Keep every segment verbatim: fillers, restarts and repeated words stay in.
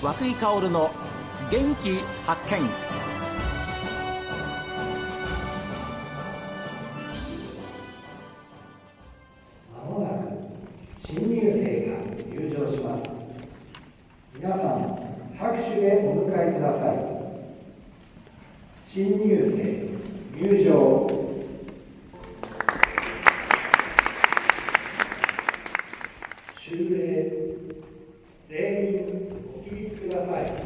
涌井薫の元気発見。 まもなく新入生が入場します。皆さん拍手でお迎えください。新入生入場。終礼。全員ご起立ください。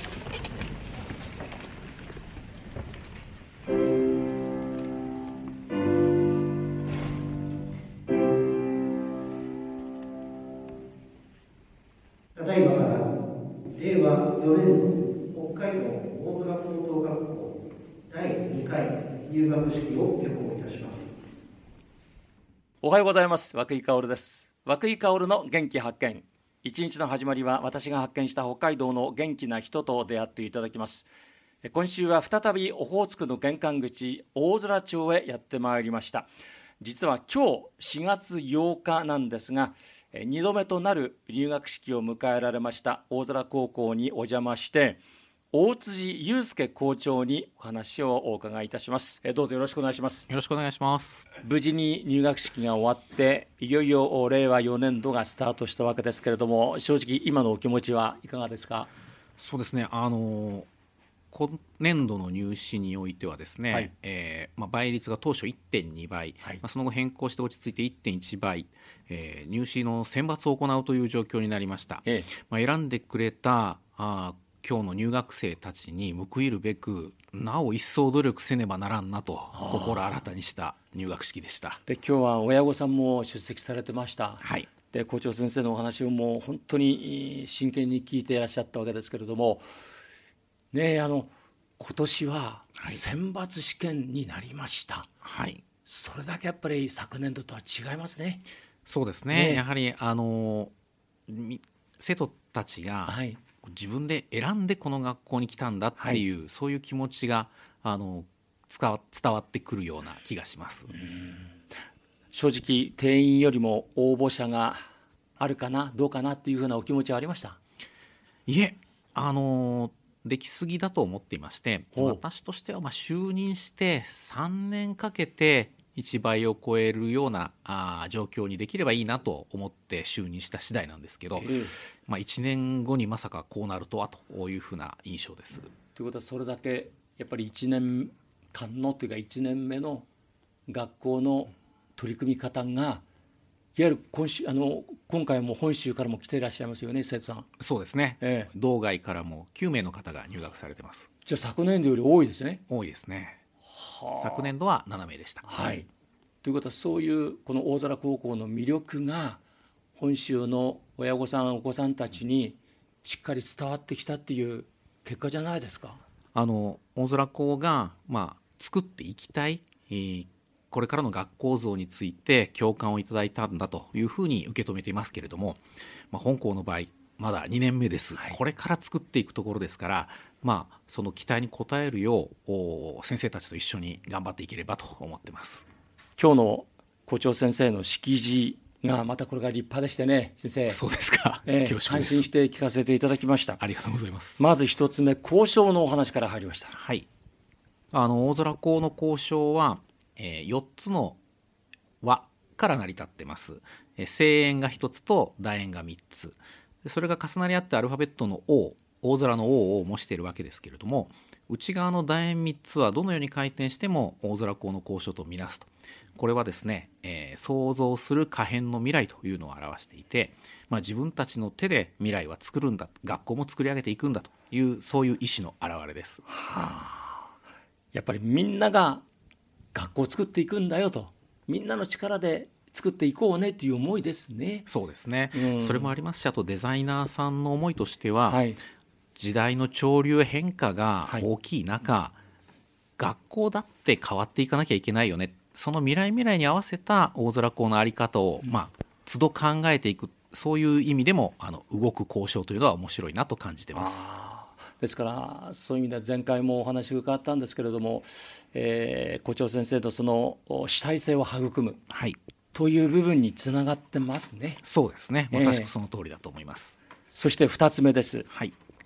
ただいまから令和よねん度北海道大空高等学校だいにかい入学式を挙行いたします。 おはようございます。涌井薫です。涌井薫の元気発見。一日の始まりは私が発見した北海道の元気な人と出会っていただきます。今週は再びオホーツクの玄関口大空町へやってまいりました。実は今日しがつようかなんですが、にどめとなる入学式を迎えられました大空高校にお邪魔して、大辻祐介校長にお話をお伺いいたします。どうぞよろしくお願いします。 よろしくお願いします。 無事に入学式が終わっていよいよ令和よねん度がスタートしたわけですけれども、正直今のお気持ちはいかがですか？ そうですね、あの今年度の入試においてはですね、はいえーまあ、倍率が当初 いってんにばい、はいまあ、その後変更して落ち着いて いってんいちばい、えー、入試の選抜を行うという状況になりました、ええまあ、選んでくれたあ今日の入学生たちに報いるべくなお一層努力せねばならんなと心新たにした入学式でした。 で今日は親御さんも出席されてました、 はい、 で校長先生のお話をもう本当に真剣に聞いていらっしゃったわけですけれども、ね、あの今年は選抜試験になりました、はい、それだけやっぱり昨年度とは違いますね。 そうですね、ねやはりあの生徒たちが、はい自分で選んでこの学校に来たんだっていう、はい、そういう気持ちがあの伝わってくるような気がします。 うん正直定員よりも応募者があるかなどうかなっていうふうなお気持ちはありました？ いえあのできすぎだと思っていまして、私としてはまあ就任してさんねんかけていちばいを超えるようなあ状況にできればいいなと思って就任した次第なんですけど、えーまあ、いちねんごにまさかこうなるとはというふうな印象です。 ということはそれだけやっぱりいちねんかんのというかいちねんめの学校の取り組み方がいわゆる 今, 週あの今回も本州からも来ていらっしゃいますよね生徒さん。 そうですね、えー、道外からもきゅうめいの方が入学されてます。 じゃあ昨年度より多いですね。 多いですね。昨年度はななめいでした、 はい、ということはそういうこの大空高校の魅力が本州の親御さんお子さんたちにしっかり伝わってきたっていう結果じゃないですか。 あの大空高が、まあ、作っていきたい、えー、これからの学校像について共感をいただいたんだというふうに受け止めていますけれども、まあ、本校の場合まだにねんめです、はい、これから作っていくところですから、まあ、その期待に応えるよう先生たちと一緒に頑張っていければと思っています。 今日の校長先生の式辞がまたこれが立派でしてね、先生。 そうですか、 えー、感心して聞かせていただきました。 ありがとうございます。 まず一つ目、交渉のお話から入りました。 はい、あの大空高の交渉は、えー、よっつの和から成り立ってます。えー、正円がひとつと楕円がみっつ、それが重なり合ってアルファベットの O、 大空の O を模しているわけですけれども、内側の楕円みっつはどのように回転しても大空高の交渉とみなすと。これはですね、えー、創造する可変の未来というのを表していて、まあ、自分たちの手で未来は作るんだ、学校も作り上げていくんだという、そういう意思の表れです。 はあ、やっぱりみんなが学校を作っていくんだよと、みんなの力で作っていこうねという思いですね。 そうですね、うん、それもありますし、あとデザイナーさんの思いとしては、はい、時代の潮流変化が大きい中、はい、学校だって変わっていかなきゃいけないよね、その未来未来に合わせた大空高の在り方を、うん、まあ、都度考えていく、そういう意味でもあの動く交渉というのは面白いなと感じています。 あ、ですからそういう意味では前回もお話を伺ったんですけれども、えー、校長先生とその主体性を育む、はい、という部分につながってますね。 そうですね、まさしくその通りだと思います。 えー、そしてふたつめです。 はい、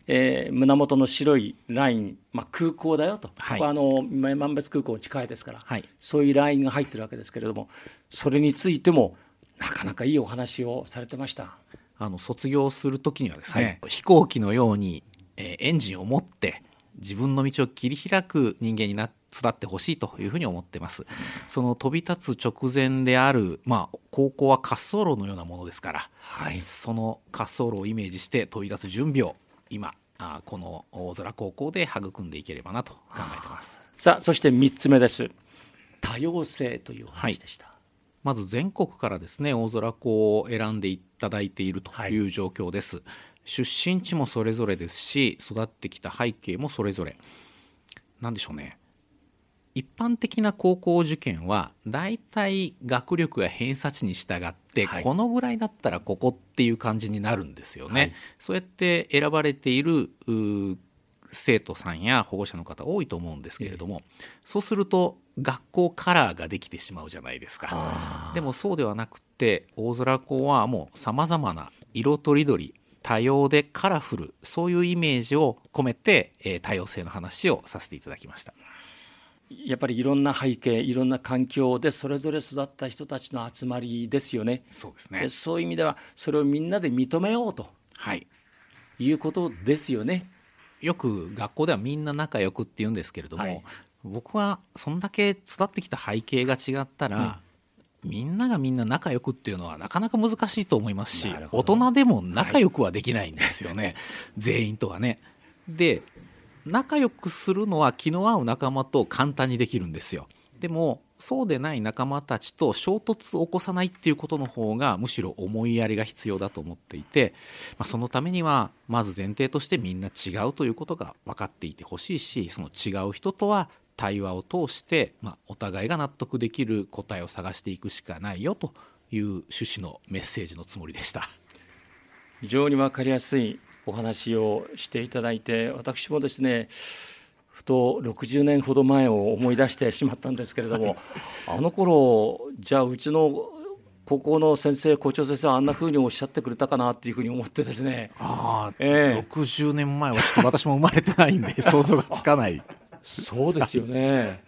えー、胸元の白いライン、まあ、空港だよと、 はい、 ここはあの万別空港近いですから、 はい、 そういうラインが入ってるわけですけれども、それについてもなかなかいいお話をされてました。 あの卒業するときにはですね、はい、飛行機のように、えー、エンジンを持って自分の道を切り開く人間にな育ってほしいというふうに思っています。その飛び立つ直前である、まあ、高校は滑走路のようなものですから、はい、その滑走路をイメージして飛び立つ準備を今あこの大空高校で育んでいければなと考えています。 さあ、そしてみっつめです。多様性という話でした。はい、 まず全国からですね、大空校を選んでいただいているという状況です。はい、出身地もそれぞれですし、育ってきた背景もそれぞれ。なんでしょうね、一般的な高校受験はだいたい学力や偏差値に従って、はい、このぐらいだったらここっていう感じになるんですよね。はい、そうやって選ばれている生徒さんや保護者の方多いと思うんですけれども、えー、そうすると学校カラーができてしまうじゃないですか。でもそうではなくて、大空校はもうさまざまな色とりどり多様でカラフル、そういうイメージを込めて、えー、多様性の話をさせていただきました。 やっぱりいろんな背景、いろんな環境でそれぞれ育った人たちの集まりですよね。 そうですね。 でそういう意味ではそれをみんなで認めようと、はい、いうことですよね。 よく学校ではみんな仲良くって言うんですけれども、はい、僕はそんだけ育ってきた背景が違ったら、うん、みんながみんな仲良くっていうのはなかなか難しいと思いますし、大人でも仲良くはできないんですよね、はい、全員とはね。で、仲良くするのは気の合う仲間と簡単にできるんですよ。でもそうでない仲間たちと衝突を起こさないっていうことの方がむしろ思いやりが必要だと思っていて、まあ、そのためにはまず前提としてみんな違うということが分かっていてほしいし、その違う人とは対話を通して、まあ、お互いが納得できる答えを探していくしかないよという趣旨のメッセージのつもりでした。 非常に分かりやすいお話をしていただいて、私もですね、ふとろくじゅうねんほど前を思い出してしまったんですけれども、あの頃じゃあうちの高校の先生、校長先生はあんなふうにおっしゃってくれたかなっていうふうに思ってですね。 あ、えー、ろくじゅうねんまえはちょっと私も生まれてないんで想像がつかない。 そうですよね。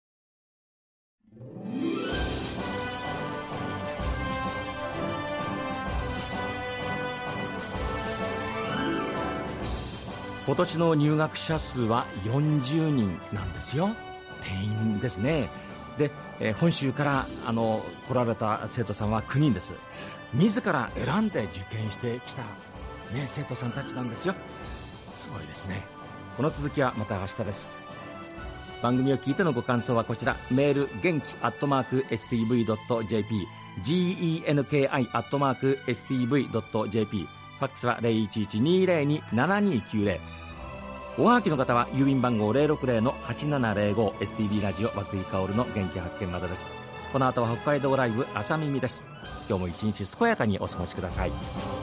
今年の入学者数はよんじゅうにんなんですよ。定員ですね。で、えー、本州からあの来られた生徒さんはきゅうにんです。自ら選んで受験してきた、ね、生徒さんたちなんですよ。すごいですね。この続きはまた明日です。番組を聞いてのご感想はこちら、メール元気アットマーク エスティーブイドットジェーピー genki アットマーク エスティーブイドットジェーピー、 ファックスは ゼロいちいち にゼロに ななにきゅうゼロ、おはがきの方は郵便番号 ゼロろくゼロのはちななゼロご エスティービー ラジオ和久井薫の元気発見までです。この後は北海道ライブ朝耳です。今日も一日健やかにお過ごしください。